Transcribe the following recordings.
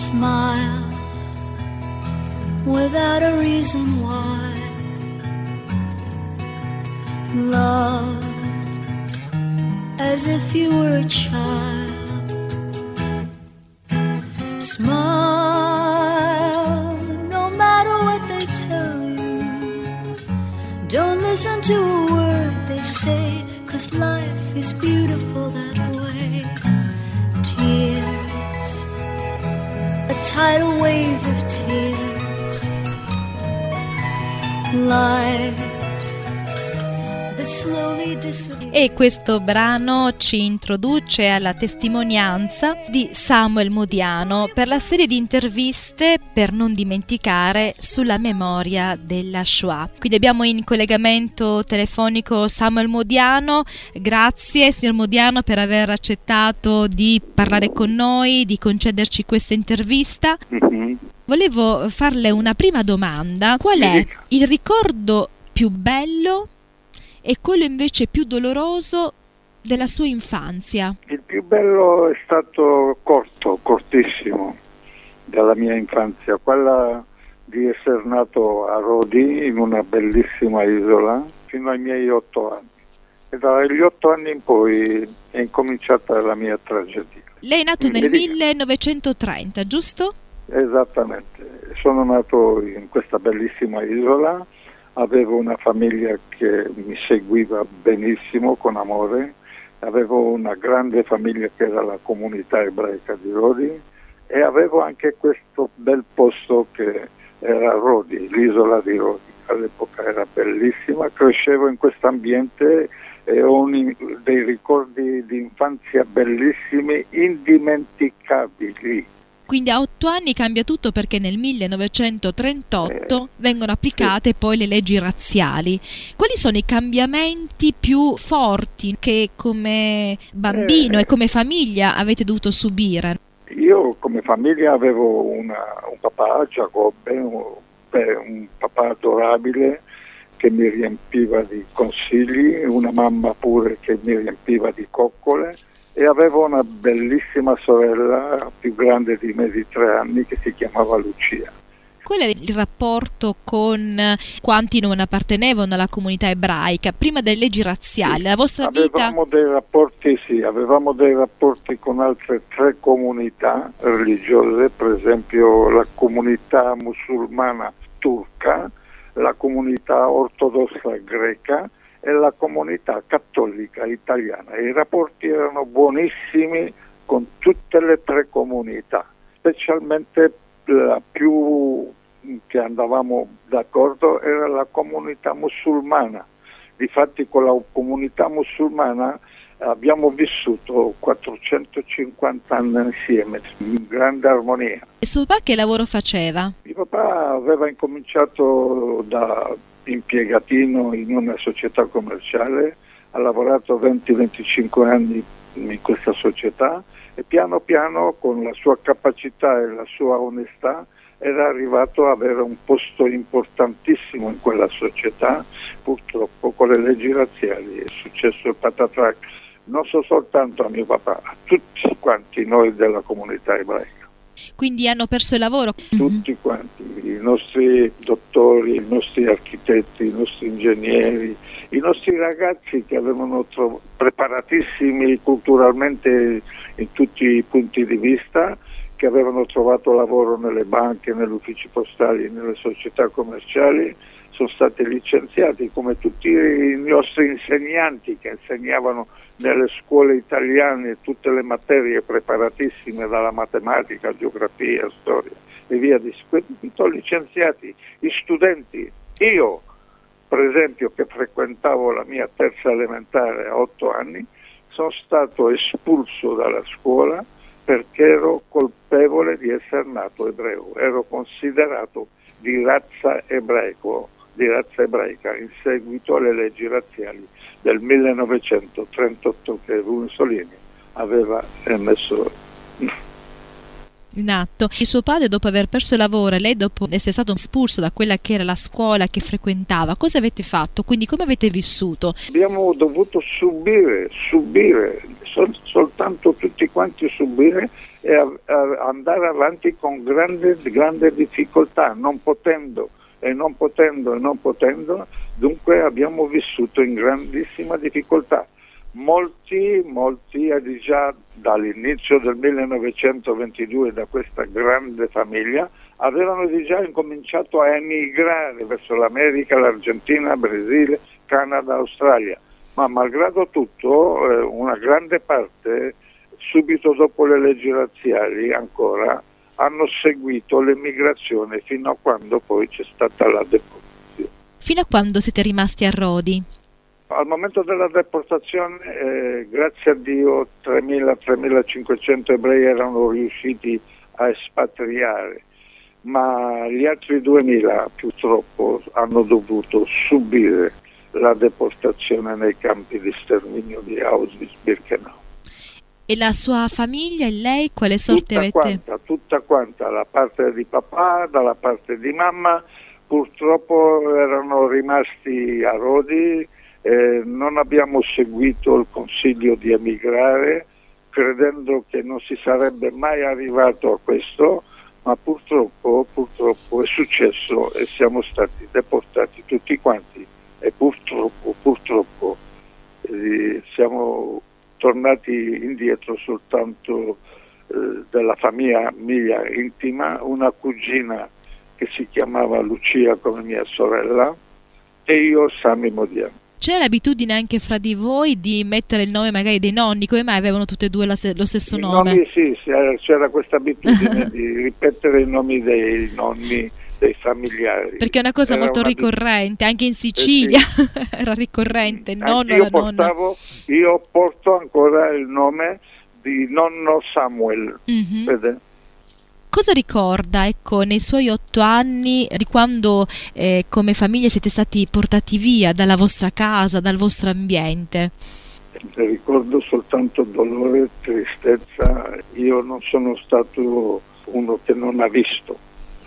smile without a reason why. Love as if you were a child. Smile no matter what they tell you. Don't listen to a word they say, 'cause life is beautiful that way. Tears, a tidal wave of tears. Light that slowly disappears. E questo brano ci introduce alla testimonianza di Samuel Modiano per la serie di interviste per non dimenticare sulla memoria della Shoah. Quindi abbiamo in collegamento telefonico Samuel Modiano. Grazie signor Modiano per aver accettato di parlare con noi, di concederci questa intervista. Volevo farle una prima domanda. Qual è il ricordo più bello e quello invece più doloroso della sua infanzia? Il più bello è stato cortissimo, della mia infanzia, quella di essere nato a Rodi, in una bellissima isola, fino ai miei 8 anni. E dagli 8 anni in poi è incominciata la mia tragedia. Lei è nato nel 1930, giusto? Esattamente. Sono nato in questa bellissima isola. Avevo una famiglia che mi seguiva benissimo, con amore. Avevo una grande famiglia che era la comunità ebraica di Rodi e avevo anche questo bel posto che era Rodi, l'isola di Rodi. All'epoca era bellissima, crescevo in questo ambiente e ho dei ricordi di infanzia bellissimi, indimenticabili. Quindi a 8 anni cambia tutto, perché nel 1938 vengono applicate poi le leggi razziali. Quali sono i cambiamenti più forti che come bambino e come famiglia avete dovuto subire? Io come famiglia avevo un papà, Giacobbe, un papà adorabile che mi riempiva di consigli, una mamma pure che mi riempiva di coccole, e avevo una bellissima sorella più grande di me di 3 anni che si chiamava Lucia. Qual è il rapporto con quanti non appartenevano alla comunità ebraica prima delle leggi razziali? La vostra vita? Avevamo dei rapporti con altre 3 comunità religiose, per esempio la comunità musulmana turca, la comunità ortodossa greca e la comunità cattolica italiana. I rapporti erano buonissimi con tutte le 3 comunità, specialmente la più che andavamo d'accordo era la comunità musulmana. Difatti con la comunità musulmana abbiamo vissuto 450 anni insieme, in grande armonia. E suo papà che lavoro faceva? Mio papà aveva incominciato da impiegatino in una società commerciale, ha lavorato 20-25 anni in questa società e piano piano, con la sua capacità e la sua onestà, era arrivato ad avere un posto importantissimo in quella società. Purtroppo con le leggi razziali è successo il patatrac, non soltanto a mio papà, a tutti quanti noi della comunità ebraica. Quindi hanno perso il lavoro? Tutti quanti, i nostri dottori, i nostri architetti, i nostri ingegneri, i nostri ragazzi che avevano preparatissimi culturalmente in tutti i punti di vista, che avevano trovato lavoro nelle banche, negli uffici postali, nelle società commerciali, sono stati licenziati, come tutti i nostri insegnanti che insegnavano nelle scuole italiane tutte le materie preparatissime, dalla matematica, geografia, storia e via di seguito, licenziati. Gli studenti, io per esempio che frequentavo la mia terza elementare a 8 anni, sono stato espulso dalla scuola perché ero colpevole di essere nato ebreo, ero considerato di razza ebraica in seguito alle leggi razziali del 1938 che Mussolini aveva emesso. in atto. E suo padre, dopo aver perso il lavoro, e lei dopo essere stato espulso da quella che era la scuola che frequentava, cosa avete fatto? Quindi come avete vissuto? Abbiamo dovuto subire, soltanto tutti quanti subire e andare avanti con grande difficoltà, non potendo, dunque abbiamo vissuto in grandissima difficoltà. Molti già dall'inizio del 1922 da questa grande famiglia avevano già incominciato a emigrare verso l'America, l'Argentina, il Brasile, Canada, Australia, ma malgrado tutto una grande parte subito dopo le leggi razziali ancora hanno seguito l'emigrazione fino a quando poi c'è stata la deportazione. Fino a quando siete rimasti a Rodi? Al momento della deportazione, grazie a Dio, 3.000-3.500 ebrei erano riusciti a espatriare, ma gli altri 2.000 purtroppo hanno dovuto subire la deportazione nei campi di sterminio di Auschwitz-Birkenau. E la sua famiglia e lei quale sorte avete? Tutta quanta, la parte di papà, dalla parte di mamma, purtroppo erano rimasti a Rodi. Non abbiamo seguito il consiglio di emigrare, credendo che non si sarebbe mai arrivato a questo, ma purtroppo è successo e siamo stati deportati tutti quanti e purtroppo siamo tornati indietro soltanto della famiglia intima, una cugina che si chiamava Lucia come mia sorella e io Sami Modiano. C'è l'abitudine anche fra di voi di mettere il nome magari dei nonni? Come mai avevano tutte e due lo stesso nome? Nomi, sì, c'era questa abitudine di ripetere i nomi dei nonni, dei familiari. Perché è una cosa molto ricorrente, anche in Sicilia sì. Era ricorrente, il nonno e la nonna. Io porto ancora il nome di nonno Samuel, vede? Cosa ricorda, ecco, nei suoi 8 anni di quando come famiglia siete stati portati via dalla vostra casa, dal vostro ambiente? Ricordo soltanto dolore, tristezza. Io non sono stato uno che non ha visto.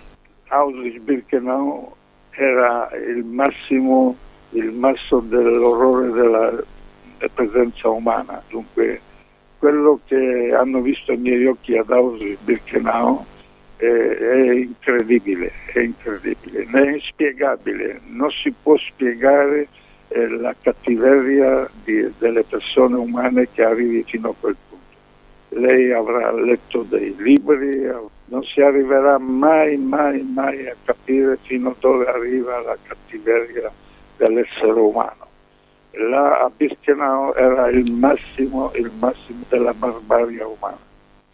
Auschwitz-Birkenau era il massimo dell'orrore della presenza umana. Dunque, quello che hanno visto i miei occhi ad Auschwitz-Birkenau è incredibile, è inspiegabile, non si può spiegare la cattiveria delle persone umane che arrivi fino a quel punto. Lei avrà letto dei libri, non si arriverà mai a capire fino a dove arriva la cattiveria dell'essere umano. Là a Birkenau era il massimo della barbarie umana.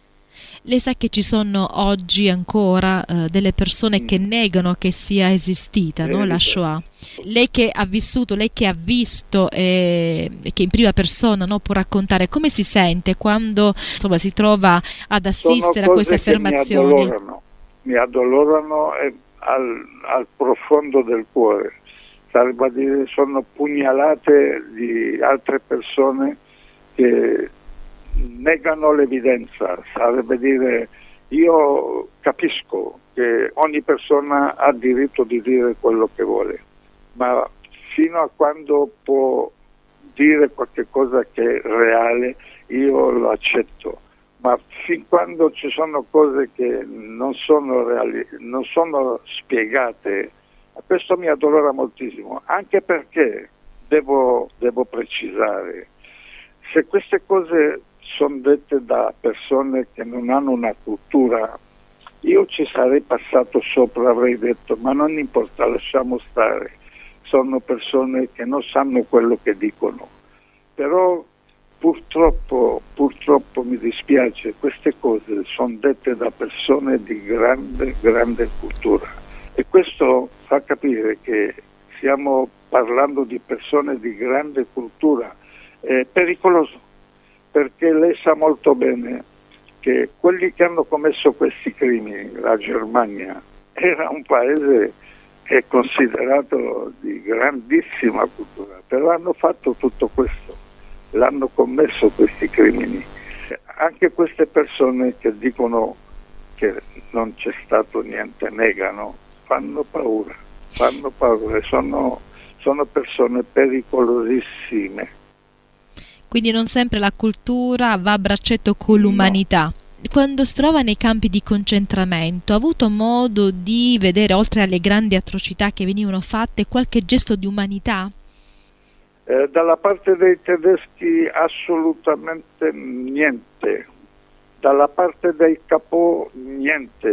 Lei sa che ci sono oggi ancora delle persone che negano che sia esistita, no? La Shoah. Lei che ha vissuto, lei che ha visto e che in prima persona, no, può raccontare come si sente quando insomma si trova ad assistere a queste affermazioni. Mi addolorano al profondo del cuore. Sarebbe a dire, sono pugnalate di altre persone che negano l'evidenza. Sarebbe dire, io capisco che ogni persona ha diritto di dire quello che vuole, ma fino a quando può dire qualche cosa che è reale io lo accetto, ma fin quando ci sono cose che non sono reali, non sono spiegate, questo mi addolora moltissimo, anche perché devo precisare, se queste cose sono dette da persone che non hanno una cultura, io ci sarei passato sopra, avrei detto ma non importa, lasciamo stare, sono persone che non sanno quello che dicono, però purtroppo mi dispiace, queste cose sono dette da persone di grande cultura e questo fa capire che stiamo parlando di persone di grande cultura. È pericoloso, perché lei sa molto bene che quelli che hanno commesso questi crimini, la Germania, era un paese che è considerato di grandissima cultura, però hanno fatto tutto questo, l'hanno commesso questi crimini. Anche queste persone che dicono che non c'è stato niente, negano, fanno paura, sono persone pericolosissime. Quindi non sempre la cultura va a braccetto con l'umanità. No. Quando si trova nei campi di concentramento, ha avuto modo di vedere, oltre alle grandi atrocità che venivano fatte, qualche gesto di umanità? Dalla parte dei tedeschi assolutamente niente, dalla parte dei capò niente.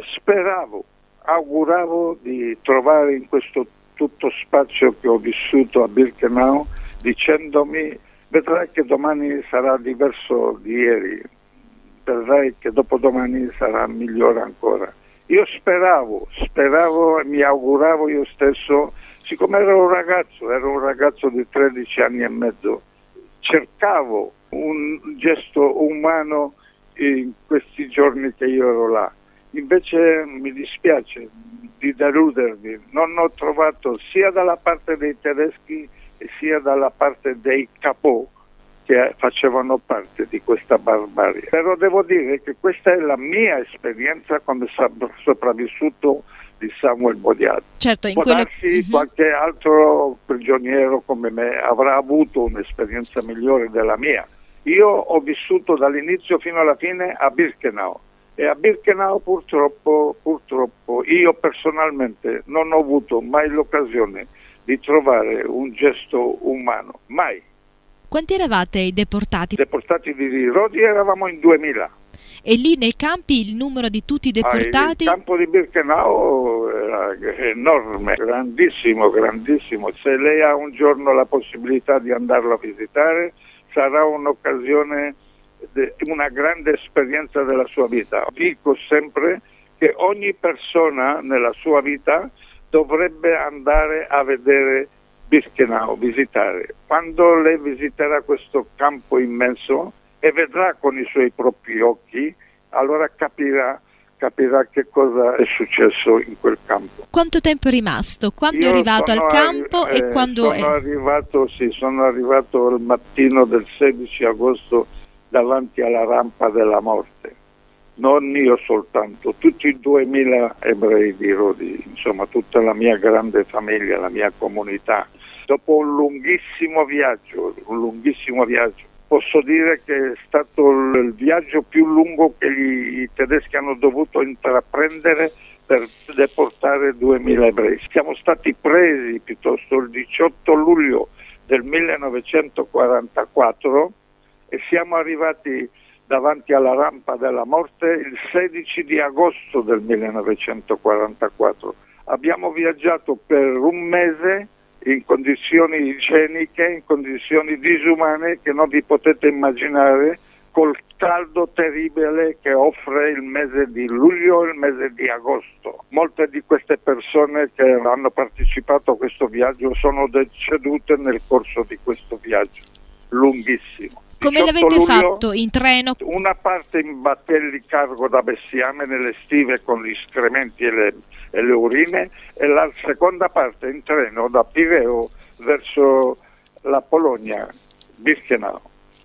Auguravo di trovare in questo tutto spazio che ho vissuto a Birkenau, dicendomi: vedrai che domani sarà diverso di ieri, vedrai che dopodomani sarà migliore ancora. Io speravo e mi auguravo io stesso, siccome ero un ragazzo di 13 anni e mezzo, cercavo un gesto umano in questi giorni che io ero là. Invece mi dispiace di deludervi, non ho trovato sia dalla parte dei tedeschi sia dalla parte dei capò che facevano parte di questa barbarie. Però devo dire che questa è la mia esperienza come sopravvissuto di Samuel Modiano. Certo, può darsi qualche altro prigioniero come me avrà avuto un'esperienza migliore della mia. Io ho vissuto dall'inizio fino alla fine a Birkenau e a Birkenau purtroppo io personalmente non ho avuto mai l'occasione di trovare un gesto umano, mai. Quanti eravate i deportati? Deportati di Rodi eravamo in 2000. E lì nei campi il numero di tutti i deportati? Il campo di Birkenau era enorme, grandissimo. Se lei ha un giorno la possibilità di andarlo a visitare, sarà un'occasione, una grande esperienza della sua vita. Dico sempre che ogni persona nella sua vita dovrebbe andare a vedere Birkenau, visitare. Quando lei visiterà questo campo immenso e vedrà con i suoi propri occhi, allora capirà che cosa è successo in quel campo. Quanto tempo è rimasto? Quando è arrivato al campo e quando sono arrivato il mattino del 16 agosto davanti alla rampa della morte. Non io soltanto, tutti i 2000 ebrei di Rodi, insomma tutta la mia grande famiglia, la mia comunità. Dopo un lunghissimo viaggio, posso dire che è stato il viaggio più lungo che i tedeschi hanno dovuto intraprendere per deportare 2000 ebrei. Siamo stati presi piuttosto il 18 luglio del 1944 e siamo arrivati davanti alla rampa della morte il 16 di agosto del 1944. Abbiamo viaggiato per un mese in condizioni igieniche, in condizioni disumane che non vi potete immaginare, col caldo terribile che offre il mese di luglio e il mese di agosto. Molte di queste persone che hanno partecipato a questo viaggio sono decedute nel corso di questo viaggio lunghissimo. Come l'avete fatto? In treno? Una parte in battelli cargo da bestiame nelle stive con gli escrementi e le urine e la seconda parte in treno da Pireo verso la Polonia, Birkenau,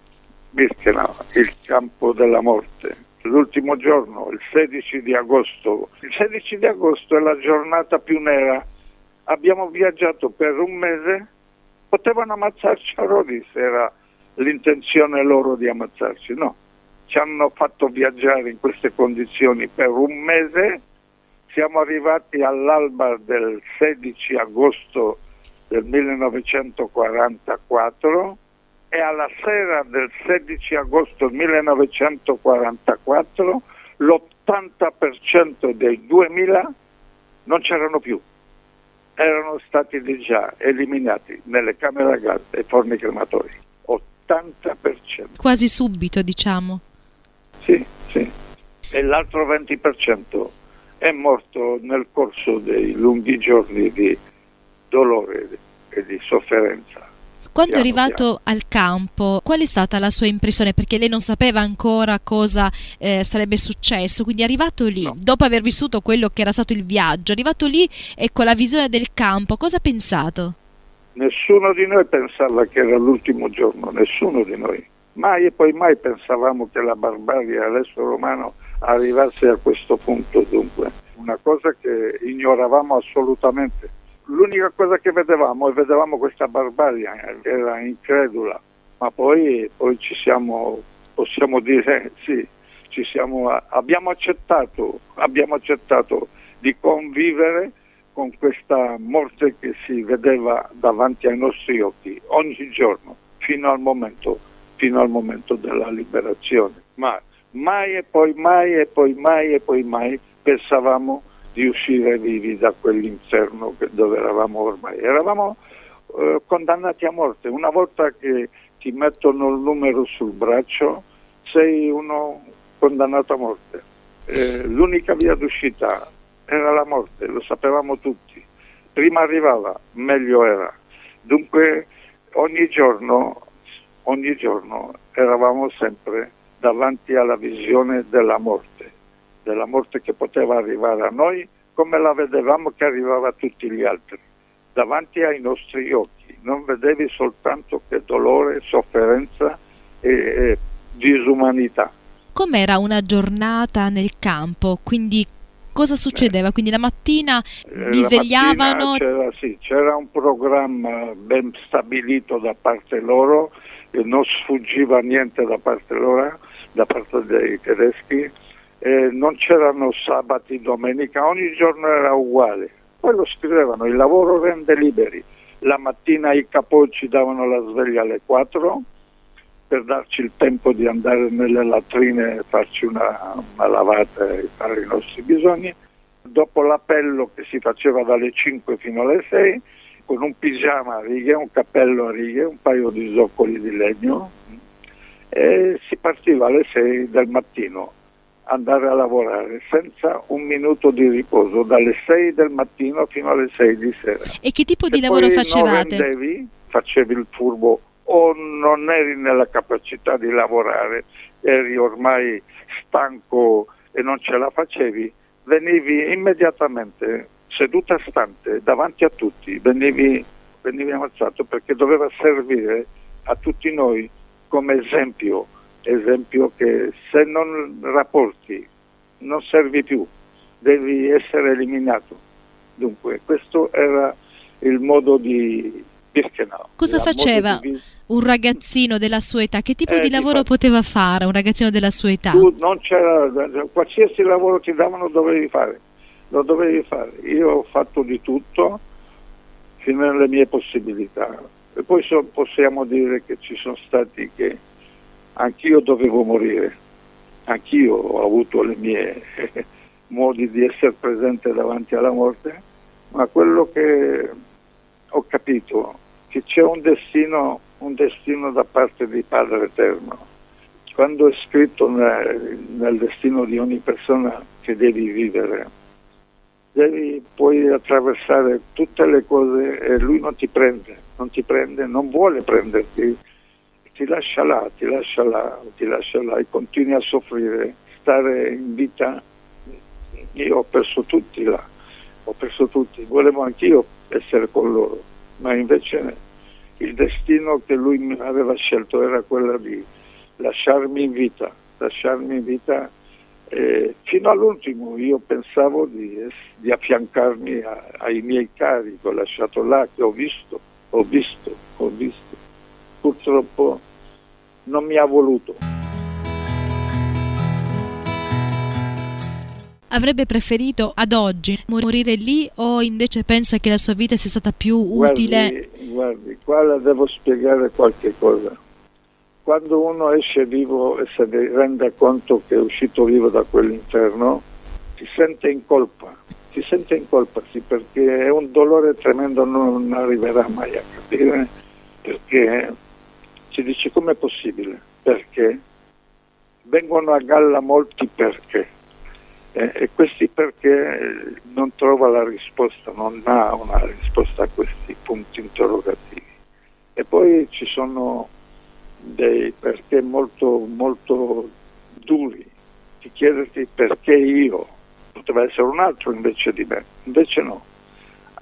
il campo della morte. L'ultimo giorno, il 16 di agosto. Il 16 di agosto è la giornata più nera. Abbiamo viaggiato per un mese, potevano ammazzarci a Rodi se era l'intenzione loro di ammazzarci, no. Ci hanno fatto viaggiare in queste condizioni per un mese, siamo arrivati all'alba del 16 agosto del 1944 e alla sera del 16 agosto 1944 l'80% dei 2000 non c'erano più, erano stati già eliminati nelle camere a gas e forni crematori. 80%. Quasi subito, diciamo. Sì. E l'altro 20% è morto nel corso dei lunghi giorni di dolore e di sofferenza. Quando è arrivato al campo, qual è stata la sua impressione? Perché lei non sapeva ancora cosa sarebbe successo, quindi è arrivato lì, no. Dopo aver vissuto quello che era stato il viaggio, è arrivato lì e con la visione del campo, cosa ha pensato? Nessuno di noi pensava che era l'ultimo giorno, nessuno di noi. Mai e poi mai pensavamo che la barbarie all'estero romano arrivasse a questo punto, dunque. Una cosa che ignoravamo assolutamente. L'unica cosa che vedevamo questa barbarie, era incredula, ma poi possiamo dire, sì, abbiamo accettato di convivere con questa morte che si vedeva davanti ai nostri occhi ogni giorno, fino al momento della liberazione. Ma mai e poi mai pensavamo di uscire vivi da quell'inferno dove eravamo ormai. Eravamo condannati a morte. Una volta che ti mettono il numero sul braccio, sei uno condannato a morte. L'unica via d'uscita era la morte, lo sapevamo tutti. Prima arrivava, meglio era. Dunque ogni giorno eravamo sempre davanti alla visione della morte che poteva arrivare a noi come la vedevamo che arrivava a tutti gli altri, davanti ai nostri occhi. Non vedevi soltanto che dolore, sofferenza e disumanità. Com'era una giornata nel campo? Quindi cosa succedeva? Quindi la mattina vi svegliavano? C'era un programma ben stabilito da parte loro, e non sfuggiva niente da parte loro, da parte dei tedeschi. Non c'erano sabati, domenica, ogni giorno era uguale. Poi lo scrivevano, il lavoro rende liberi. La mattina i capò ci davano la sveglia alle 4 per darci il tempo di andare nelle latrine e farci una lavata e fare i nostri bisogni. Dopo l'appello che si faceva dalle 5 fino alle 6, con un pigiama a righe, un cappello a righe, un paio di zoccoli di legno, e si partiva alle 6 del mattino, andare a lavorare senza un minuto di riposo, dalle 6 del mattino fino alle 6 di sera. E che tipo di lavoro facevate? Non rendevi, facevi il furbo, o non eri nella capacità di lavorare, eri ormai stanco e non ce la facevi, venivi immediatamente seduta stante davanti a tutti, venivi ammazzato, perché doveva servire a tutti noi come esempio che se non rapporti non servi più, devi essere eliminato. Dunque questo era il modo di Birkenau. Cosa faceva un ragazzino della sua età? Che tipo di lavoro poteva fare un ragazzino della sua età? Non c'era, qualsiasi lavoro ti davano lo dovevi fare. Io ho fatto di tutto fino alle mie possibilità, e poi possiamo dire che ci sono stati che anch'io dovevo morire, anch'io ho avuto le mie modi di essere presente davanti alla morte, ma quello che ho capito che c'è un destino da parte di Padre Eterno. Quando è scritto nel destino di ogni persona che devi vivere, puoi attraversare tutte le cose e lui non ti prende, non vuole prenderti, ti lascia là e continui a soffrire, stare in vita. Io ho perso tutti là, volevo anch'io essere con loro, ma invece il destino che lui mi aveva scelto era quello di lasciarmi in vita fino all'ultimo. Io pensavo di affiancarmi ai miei cari che ho lasciato là, che ho visto. Purtroppo non mi ha voluto. Avrebbe preferito ad oggi morire lì, o invece pensa che la sua vita sia stata più utile? Guardi, qua le devo spiegare qualche cosa. Quando uno esce vivo e si rende conto che è uscito vivo da quell'inferno, si sente in colpa, sì, perché è un dolore tremendo, non arriverà mai a capire, perché si dice com'è possibile, perché vengono a galla molti perché. E questi perché non trova la risposta, non ha una risposta a questi punti interrogativi. E poi ci sono dei perché molto, molto duri, di chiederti perché io, poteva essere un altro invece di me, invece no.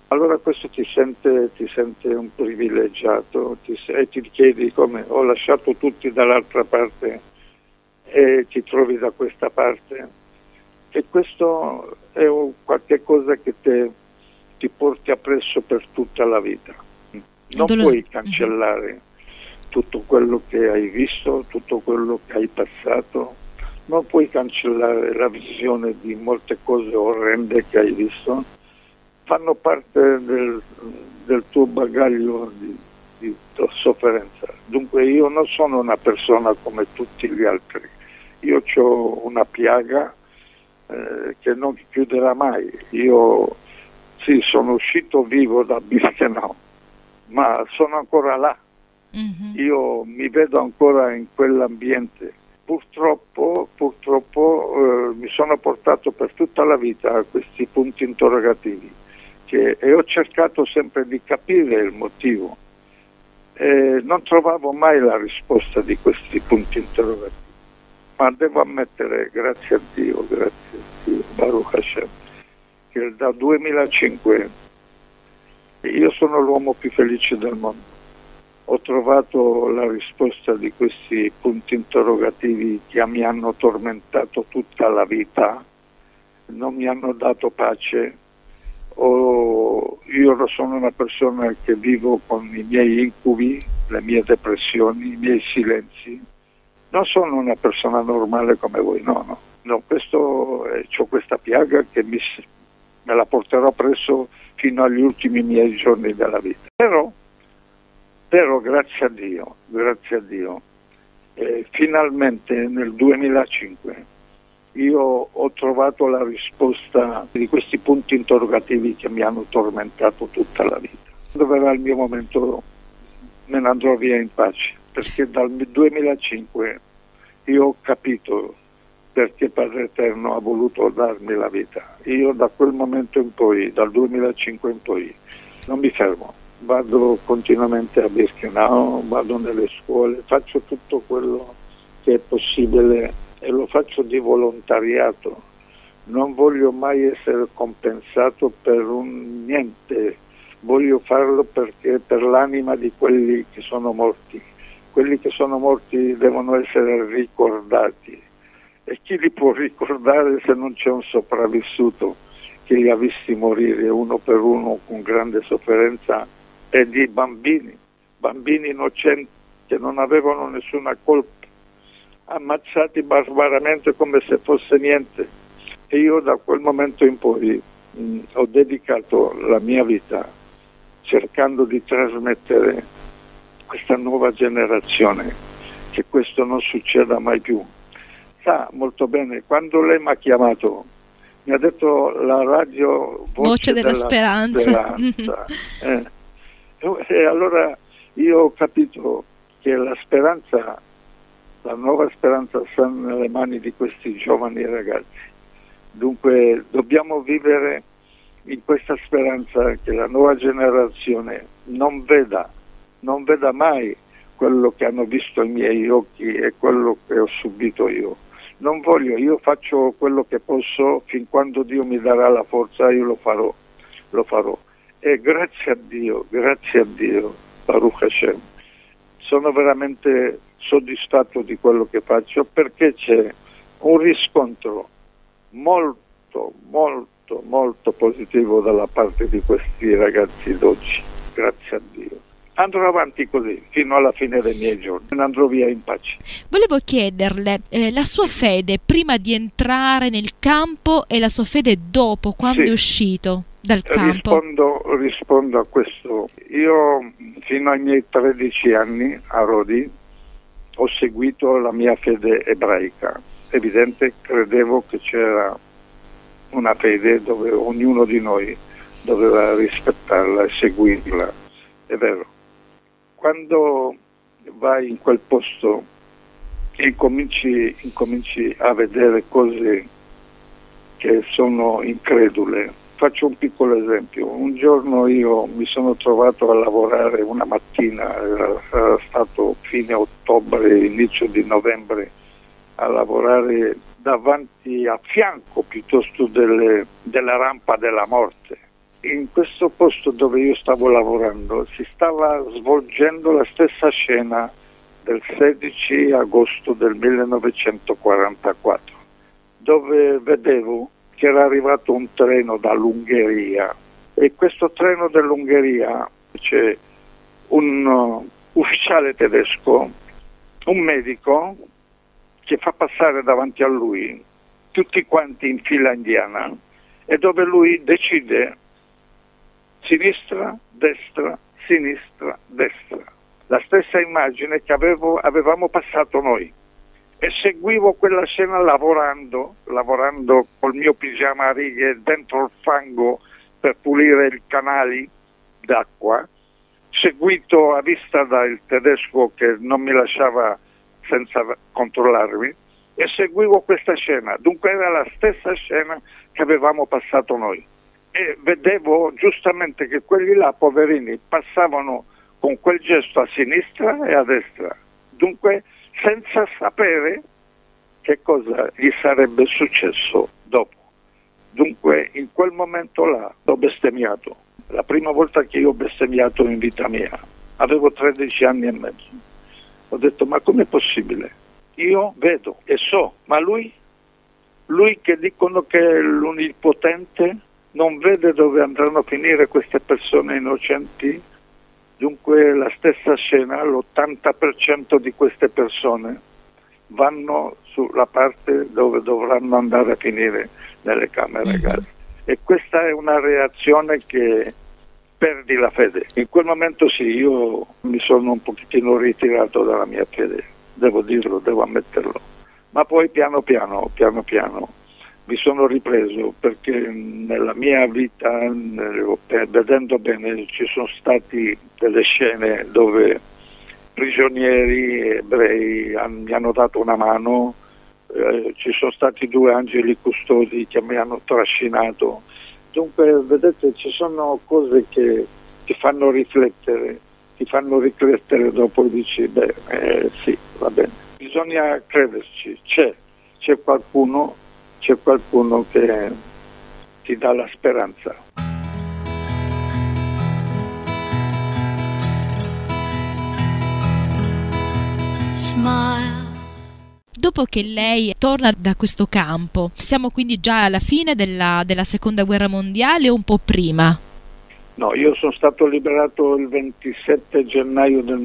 allora questo ti sente un privilegiato e ti chiedi come ho lasciato tutti dall'altra parte e ti trovi da questa parte. E questo è qualche cosa che ti porti appresso per tutta la vita. Non puoi cancellare tutto quello che hai visto, tutto quello che hai passato, non puoi cancellare la visione di molte cose orrende che hai visto, fanno parte del tuo bagaglio di sofferenza. Dunque io non sono una persona come tutti gli altri, io ho una piaga che non chiuderà mai. Io sì, sono uscito vivo da Birkenau, ma sono ancora là. Io mi vedo ancora in quell'ambiente. Purtroppo mi sono portato per tutta la vita a questi punti interrogativi e ho cercato sempre di capire il motivo. Non trovavo mai la risposta di questi punti interrogativi. Ma devo ammettere, grazie a Dio, Baruch Hashem, che dal 2005 io sono l'uomo più felice del mondo. Ho trovato la risposta di questi punti interrogativi che mi hanno tormentato tutta la vita, non mi hanno dato pace. Io sono una persona che vivo con i miei incubi, le mie depressioni, i miei silenzi. Non sono una persona normale come voi, no. C'ho questa piaga che me la porterò presso fino agli ultimi miei giorni della vita. Però grazie a Dio, finalmente nel 2005 io ho trovato la risposta di questi punti interrogativi che mi hanno tormentato tutta la vita. Quando verrà il mio momento me ne andrò via in pace, perché dal 2005 io ho capito perché Padre Eterno ha voluto darmi la vita. Io da quel momento in poi, dal 2005 in poi, non mi fermo. Vado continuamente a Birkenau, vado nelle scuole, faccio tutto quello che è possibile e lo faccio di volontariato. Non voglio mai essere compensato per un niente, voglio farlo perché per l'anima di quelli che sono morti. Quelli che sono morti devono essere ricordati. E chi li può ricordare se non c'è un sopravvissuto che li ha visti morire uno per uno con grande sofferenza? E di bambini innocenti che non avevano nessuna colpa, ammazzati barbaramente come se fosse niente. E io da quel momento in poi ho dedicato la mia vita cercando di trasmettere questa nuova generazione che questo non succeda mai più. Sa molto bene, quando lei mi ha chiamato mi ha detto la radio Voce della Speranza. E allora io ho capito che la speranza, la nuova speranza sta nelle mani di questi giovani ragazzi. Dunque dobbiamo vivere in questa speranza che la nuova generazione non veda mai quello che hanno visto i miei occhi e quello che ho subito io. Non voglio, io faccio quello che posso, fin quando Dio mi darà la forza io lo farò. E grazie a Dio, Baruch Hashem, sono veramente soddisfatto di quello che faccio, perché c'è un riscontro molto positivo dalla parte di questi ragazzi d'oggi, grazie a Dio. Andrò avanti così fino alla fine dei miei giorni, non andrò via in pace. Volevo chiederle la sua fede prima di entrare nel campo e la sua fede dopo, quando è uscito dal campo. Rispondo a questo. Io fino ai miei 13 anni a Rodi ho seguito la mia fede ebraica. Evidente, credevo che c'era una fede dove ognuno di noi doveva rispettarla e seguirla. È vero. Quando vai in quel posto e incominci a vedere cose che sono incredule. Faccio un piccolo esempio. Un giorno io mi sono trovato a lavorare una mattina, era stato fine ottobre, inizio di novembre, a lavorare davanti a fianco piuttosto della rampa della morte. In questo posto dove io stavo lavorando si stava svolgendo la stessa scena del 16 agosto del 1944, dove vedevo che era arrivato un treno dall'Ungheria, e questo treno dell'Ungheria c'è un ufficiale tedesco, un medico, che fa passare davanti a lui tutti quanti in fila indiana, e dove lui decide sinistra, destra, sinistra, destra. La stessa immagine che avevamo passato noi. E seguivo quella scena lavorando col mio pigiama a righe dentro il fango per pulire i canali d'acqua, seguito a vista dal tedesco che non mi lasciava senza controllarmi, e seguivo questa scena. Dunque era la stessa scena che avevamo passato noi. E vedevo giustamente che quelli là, poverini, passavano con quel gesto a sinistra e a destra. Dunque senza sapere che cosa gli sarebbe successo dopo. Dunque in quel momento là ho bestemmiato. La prima volta che io ho bestemmiato in vita mia, avevo 13 anni e mezzo. Ho detto, ma com'è possibile? Io vedo e so, ma lui che dicono che è l'onnipotente, non vede dove andranno a finire queste persone innocenti? Dunque la stessa scena, l'80% di queste persone vanno sulla parte dove dovranno andare a finire, nelle camere a gas. E questa è una reazione che perdi la fede. In quel momento sì, io mi sono un pochettino ritirato dalla mia fede, devo dirlo, devo ammetterlo. Ma poi piano piano mi sono ripreso, perché nella mia vita, vedendo bene, ci sono stati delle scene dove prigionieri ebrei mi hanno dato una mano, ci sono stati 2 angeli custodi che mi hanno trascinato. Dunque, vedete, ci sono cose che ti fanno riflettere dopo, e dici, sì, va bene. Bisogna crederci, c'è qualcuno che ti dà la speranza. Smile. Dopo che lei torna da questo campo, siamo quindi già alla fine della Seconda Guerra Mondiale o un po' prima? No, io sono stato liberato il 27 gennaio del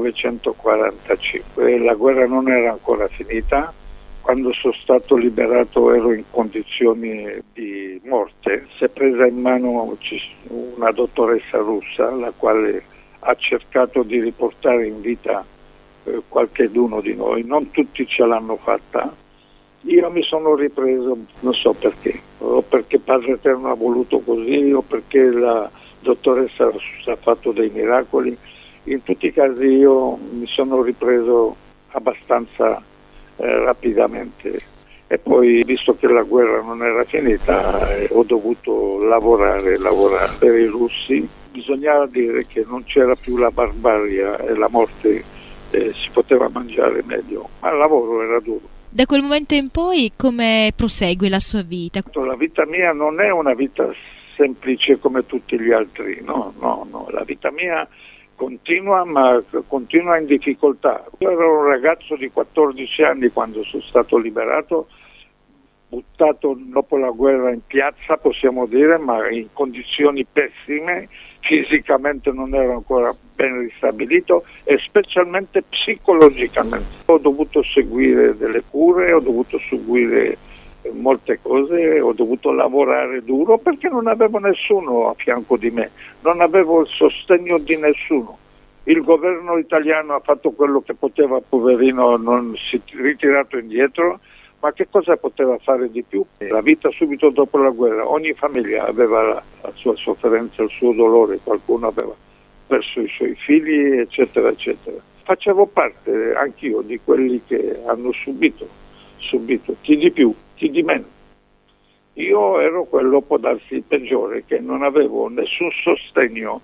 1945, la guerra non era ancora finita. Quando sono stato liberato ero in condizioni di morte. Si è presa in mano una dottoressa russa, la quale ha cercato di riportare in vita qualcheduno di noi. Non tutti ce l'hanno fatta. Io mi sono ripreso, non so perché, o perché Padre Eterno ha voluto così, o perché la dottoressa russa ha fatto dei miracoli. In tutti i casi io mi sono ripreso abbastanza rapidamente, e poi, visto che la guerra non era finita, ho dovuto lavorare per i russi. Bisognava dire che non c'era più la barbarie e la morte, si poteva mangiare meglio, ma il lavoro era duro. Da quel momento in poi come prosegue la sua vita? La vita mia non è una vita semplice come tutti gli altri, no, la vita mia continua, ma continua in difficoltà. Io ero un ragazzo di 14 anni quando sono stato liberato, buttato dopo la guerra in piazza, possiamo dire, ma in condizioni pessime, fisicamente non ero ancora ben ristabilito, e specialmente psicologicamente. Ho dovuto seguire delle cure, ho dovuto seguire molte cose, ho dovuto lavorare duro perché non avevo nessuno a fianco di me, non avevo il sostegno di nessuno. Il governo italiano ha fatto quello che poteva, poverino, non si è ritirato indietro, ma che cosa poteva fare di più? La vita subito dopo la guerra, ogni famiglia aveva la sua sofferenza, il suo dolore, qualcuno aveva perso i suoi figli, eccetera, eccetera. Facevo parte anch'io di quelli che hanno subito, chi di più, chi di meno. Io ero quello, può darsi, peggiore, che non avevo nessun sostegno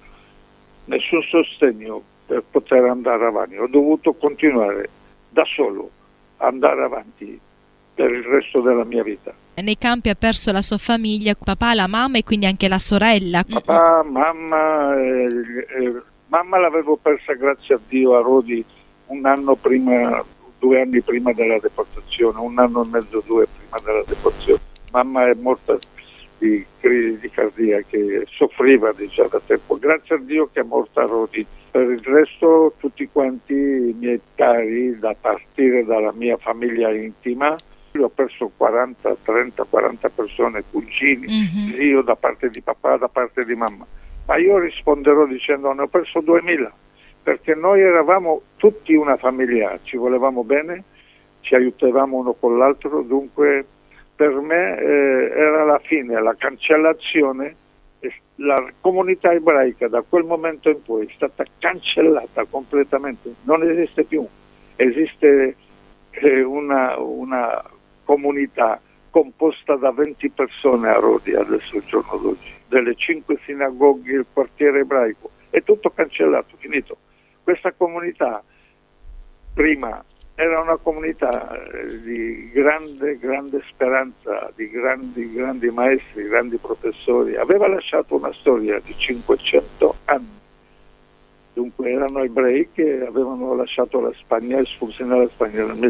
per poter andare avanti. Ho dovuto continuare da solo, andare avanti per il resto della mia vita. nei campi ha perso la sua famiglia, papà, la mamma e quindi anche la sorella. Papà, mamma, mamma l'avevo persa grazie a Dio a Rodi un anno prima, 2 anni prima della deportazione, 1 anno e mezzo, 2 prima della deportazione. Mamma è morta di crisi di cardia, che soffriva già da tempo. Grazie a Dio che è morta a Rodi. Per il resto tutti quanti i miei cari, da partire dalla mia famiglia intima, io ho perso 40 persone, cugini, zio da parte di papà, da parte di mamma. Ma io risponderò dicendo ne ho perso 2000, perché noi eravamo tutti una famiglia, ci volevamo bene, ci aiutavamo uno con l'altro, dunque per me era la fine, la cancellazione. La comunità ebraica da quel momento in poi è stata cancellata completamente, non esiste più. Esiste una comunità composta da 20 persone a Rodi adesso il giorno d'oggi, delle 5 sinagoghe, il quartiere ebraico, è tutto cancellato, finito. Questa comunità prima era una comunità di grande speranza, di grandi maestri, grandi professori. Aveva lasciato una storia di 500 anni. Dunque erano ebrei che avevano lasciato la Spagna, espulsi dalla Spagna nel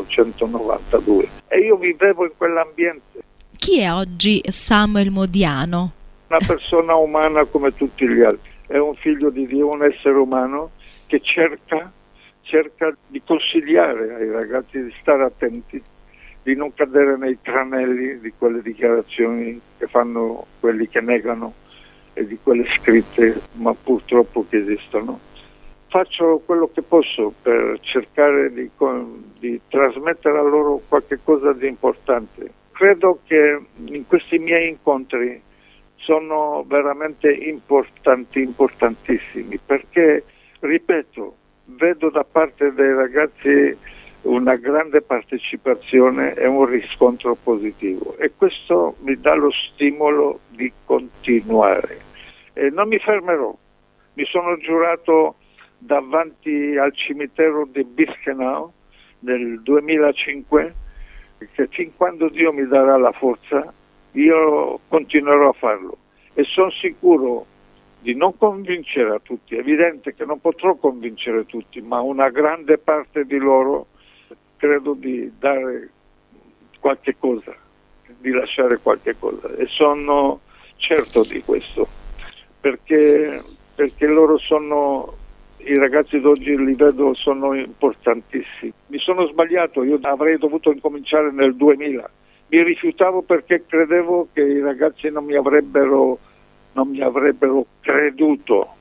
1492. E io vivevo in quell'ambiente. Chi è oggi Samuel Modiano? Una persona umana come tutti gli altri. È un figlio di Dio, un essere umano che cerca di consigliare ai ragazzi di stare attenti, di non cadere nei tranelli di quelle dichiarazioni che fanno quelli che negano e di quelle scritte, ma purtroppo che esistono. Faccio quello che posso per cercare di trasmettere a loro qualche cosa di importante. Credo che in questi miei incontri sono veramente importantissimi, perché, ripeto, vedo da parte dei ragazzi una grande partecipazione e un riscontro positivo, e questo mi dà lo stimolo di continuare. E non mi fermerò. Mi sono giurato davanti al cimitero di Birkenau nel 2005 che fin quando Dio mi darà la forza io continuerò a farlo, e sono sicuro di non convincere a tutti. È evidente che non potrò convincere tutti, ma una grande parte di loro credo di dare qualche cosa, di lasciare qualche cosa, e sono certo di questo, perché loro sono, i ragazzi d'oggi li vedo, sono importantissimi. Mi sono sbagliato, io avrei dovuto incominciare nel 2000, mi rifiutavo perché credevo che i ragazzi non mi avrebbero creduto,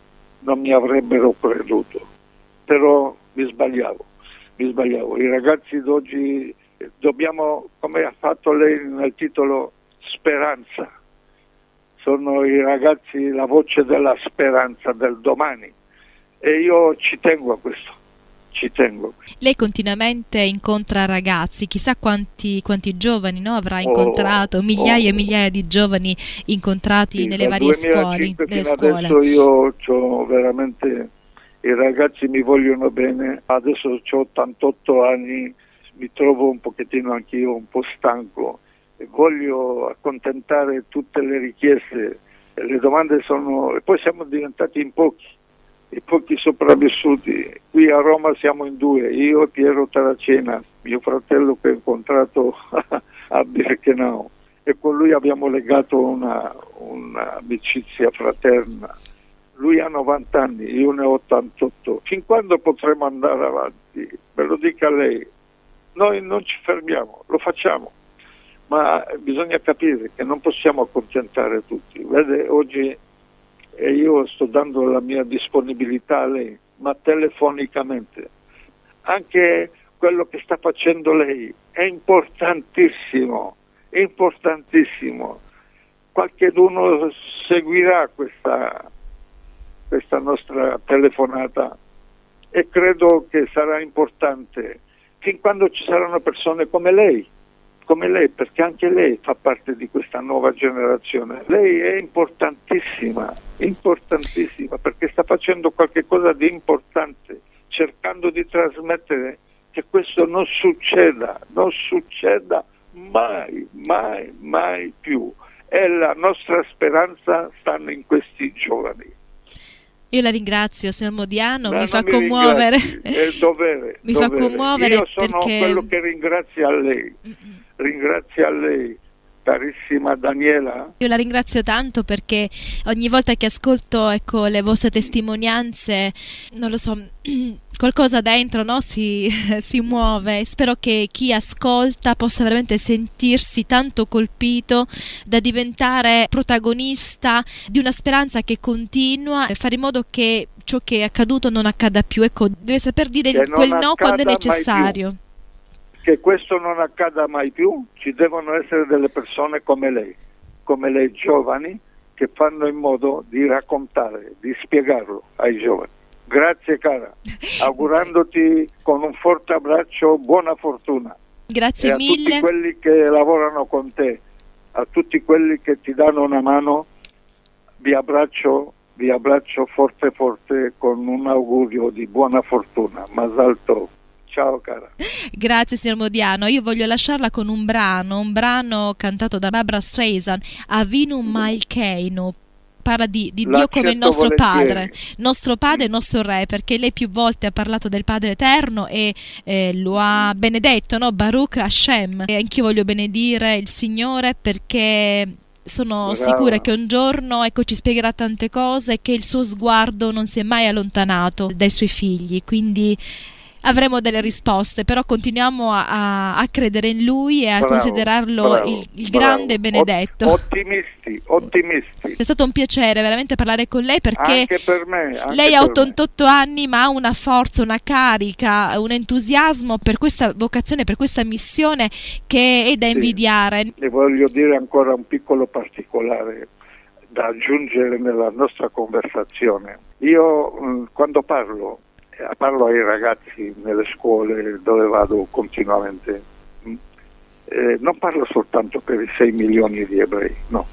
però mi sbagliavo. I ragazzi d'oggi dobbiamo, come ha fatto lei nel titolo, speranza. Sono i ragazzi la voce della speranza del domani, e io ci tengo a questo. Lei continuamente incontra ragazzi, chissà quanti giovani, no, avrà incontrato, migliaia e migliaia di giovani incontrati nelle varie scuole. Adesso io ho veramente, i ragazzi mi vogliono bene. Adesso ho 88 anni, mi trovo un pochettino anch'io un po' stanco e voglio accontentare tutte le richieste. Le domande sono, e poi siamo diventati in pochi sopravvissuti. Qui a Roma siamo in 2, io e Piero Taracena, mio fratello che ho incontrato a Birkenau, e con lui abbiamo legato un'amicizia fraterna. Lui ha 90 anni, io ne ho 88. Fin quando potremo andare avanti? Me lo dica lei. Noi non ci fermiamo, lo facciamo, ma bisogna capire che non possiamo accontentare tutti. Vede, oggi e io sto dando la mia disponibilità a lei, ma telefonicamente. Anche quello che sta facendo lei è importantissimo. Qualcheduno seguirà questa nostra telefonata, e credo che sarà importante fin quando ci saranno persone come lei, perché anche lei fa parte di questa nuova generazione. Lei è importantissima, perché sta facendo qualche cosa di importante, cercando di trasmettere che questo non succeda mai, mai, mai più. E la nostra speranza stanno in questi giovani. Io la ringrazio, signor Modiano, No, mi fa non mi commuovere. ringrazi, è il dovere. Mi fa commuovere Io sono perché quello che ringrazia a lei. Ringrazio a lei, carissima Daniela. io la ringrazio tanto perché ogni volta che ascolto, ecco, le vostre testimonianze, non lo so, qualcosa dentro, no? si muove. Spero che chi ascolta possa veramente sentirsi tanto colpito da diventare protagonista di una speranza che continua e fare in modo che ciò che è accaduto non accada più. Ecco, deve saper dire Che quel non no quando è accada mai necessario. Che questo non accada mai più, ci devono essere delle persone come lei giovani, che fanno in modo di raccontare, di spiegarlo ai giovani. Grazie cara, augurandoti con un forte abbraccio buona fortuna. Grazie e a mille. tutti quelli che lavorano con te, a tutti quelli che ti danno una mano, vi abbraccio forte forte con un augurio di buona fortuna. Mazal tov. Ciao cara. Grazie signor Modiano, io voglio lasciarla con un brano cantato da Barbara Streisand, Avinu Malkeinu. Parla di Dio come il nostro padre e nostro re, perché lei più volte ha parlato del Padre Eterno e lo ha benedetto, no? Baruch Hashem. E anch'io voglio benedire il Signore perché sono Brava. sicura che un giorno, ecco, ci spiegherà tante cose e che il suo sguardo non si è mai allontanato dai suoi figli, quindi avremo delle risposte, però continuiamo a credere in lui e a considerarlo il grande benedetto. Ottimisti. È stato un piacere veramente parlare con lei perché Anche per me. lei ha 88 anni ma ha una forza, una carica, un entusiasmo per questa vocazione, per questa missione che è da invidiare. Le voglio dire ancora un piccolo particolare da aggiungere nella nostra conversazione. Io quando parlo ai ragazzi nelle scuole dove vado continuamente, non parlo soltanto per i 6 milioni di ebrei, no.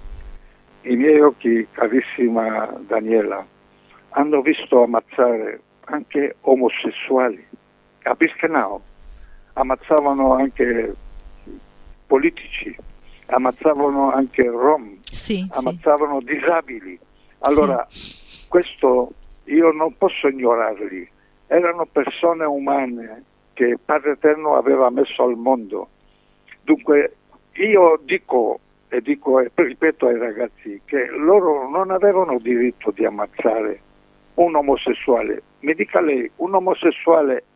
I miei occhi, carissima Daniela, hanno visto ammazzare anche omosessuali. A Birkenau ammazzavano anche politici, ammazzavano anche rom, ammazzavano disabili. Allora, questo io non posso ignorarli, erano persone umane che Padre Eterno aveva messo al mondo. Dunque io dico e ripeto ai ragazzi che loro non avevano diritto di ammazzare un omosessuale. Mi dica lei, un omosessuale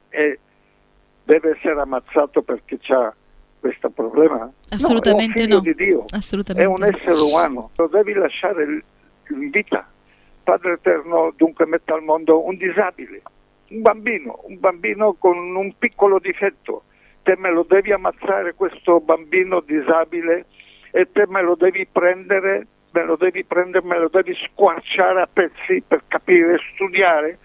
deve essere ammazzato perché c'ha questo problema? Assolutamente no, è un figlio di Dio, assolutamente. è un essere umano, lo devi lasciare in vita. Padre Eterno dunque mette al mondo un disabile, un bambino con un piccolo difetto. Te me lo devi ammazzare questo bambino disabile e te me lo devi prendere, me lo devi squarciare a pezzi per capire, studiare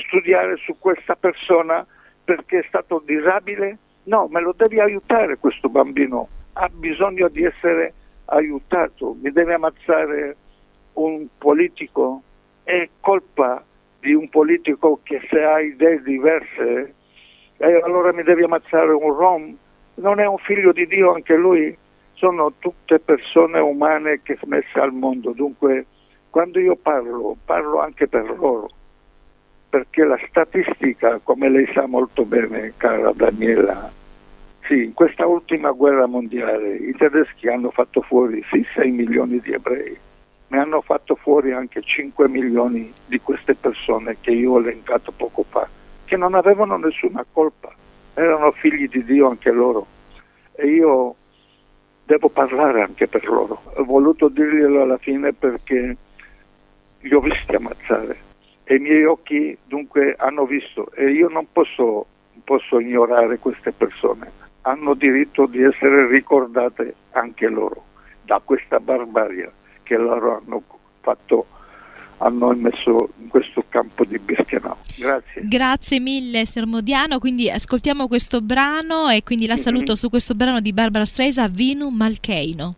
su questa persona perché è stato disabile? No, me lo devi aiutare questo bambino, ha bisogno di essere aiutato. Mi devi ammazzare un politico? È colpa di un politico che se ha idee diverse allora mi devi ammazzare un rom? Non è un figlio di Dio anche lui? Sono tutte persone umane che messe al mondo. Dunque quando io parlo anche per loro, perché la statistica, come lei sa molto bene cara Daniela, sì, in questa ultima guerra mondiale i tedeschi hanno fatto fuori 6 milioni di ebrei, ne hanno fatto fuori anche 5 milioni di queste persone che io ho elencato poco fa, che non avevano nessuna colpa, erano figli di Dio anche loro, e io devo parlare anche per loro. Ho voluto dirglielo alla fine perché li ho visti ammazzare e i miei occhi dunque hanno visto, e io non posso ignorare queste persone, hanno diritto di essere ricordate anche loro da questa barbarie che loro hanno messo in questo campo di Birkenau. Grazie. Grazie mille signor Modiano, quindi ascoltiamo questo brano e quindi la saluto su questo brano di Barbara Streisand, Avinu Malkeinu.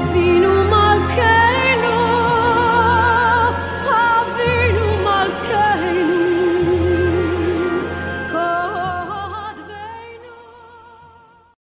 fino